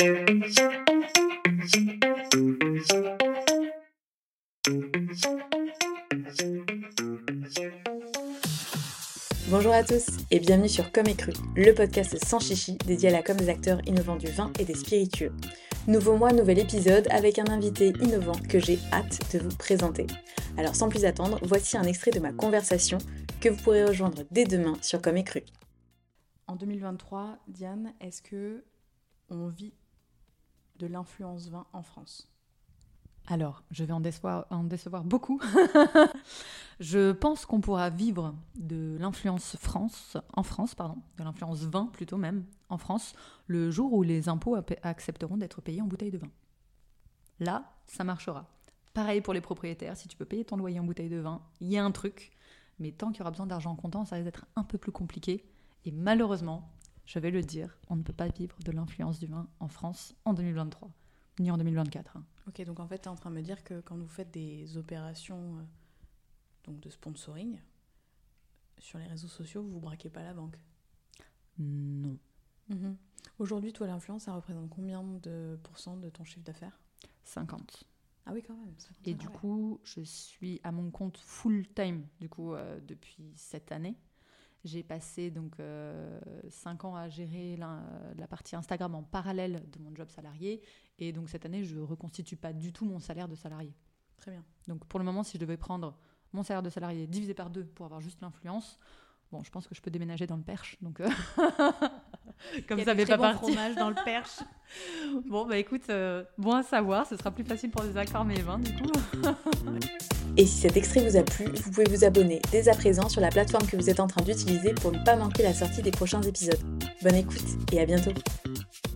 Bonjour à tous et bienvenue sur Comme et Cru, le podcast sans chichi dédié à la com des acteurs innovants du vin et des spiritueux. Nouveau mois, nouvel épisode avec un invité innovant que j'ai hâte de vous présenter. Alors sans plus attendre, voici un extrait de ma conversation que vous pourrez rejoindre dès demain sur Comme et Cru. En 2023, Diane, est-ce que on vit de l'influence vin en France ? Alors, je vais en décevoir beaucoup. Je pense qu'on pourra vivre de l'influence de l'influence vin plutôt même, en France, le jour où les impôts accepteront d'être payés en bouteille de vin. Là, ça marchera. Pareil pour les propriétaires, si tu peux payer ton loyer en bouteille de vin, il y a un truc, mais tant qu'il y aura besoin d'argent comptant, ça risque d'être un peu plus compliqué. Et malheureusement, je vais le dire, on ne peut pas vivre de l'influence du vin en France en 2023, ni en 2024. Ok, donc en fait, tu es en train de me dire que quand vous faites des opérations donc de sponsoring sur les réseaux sociaux, vous ne braquez pas la banque ? Non. Mm-hmm. Aujourd'hui, toi, l'influence, ça représente combien de pourcents de ton chiffre d'affaires ? 50. Ah oui, quand même. 50, et du coup, je suis à mon compte full-time depuis cette année. J'ai passé donc 5 ans à gérer la partie Instagram en parallèle de mon job salarié. Et donc cette année, je ne reconstitue pas du tout mon salaire de salarié. Très bien. Donc pour le moment, si je devais prendre mon salaire de salarié divisé par 2 pour avoir juste l'influence, bon, je pense que je peux déménager dans le Perche. Donc comme ça n'est pas parti. Fromage dans le Perche. Bon, bah écoute, bon à savoir, ce sera plus facile pour des accords mais vins du coup. Et si cet extrait vous a plu, vous pouvez vous abonner dès à présent sur la plateforme que vous êtes en train d'utiliser pour ne pas manquer la sortie des prochains épisodes. Bonne écoute et à bientôt.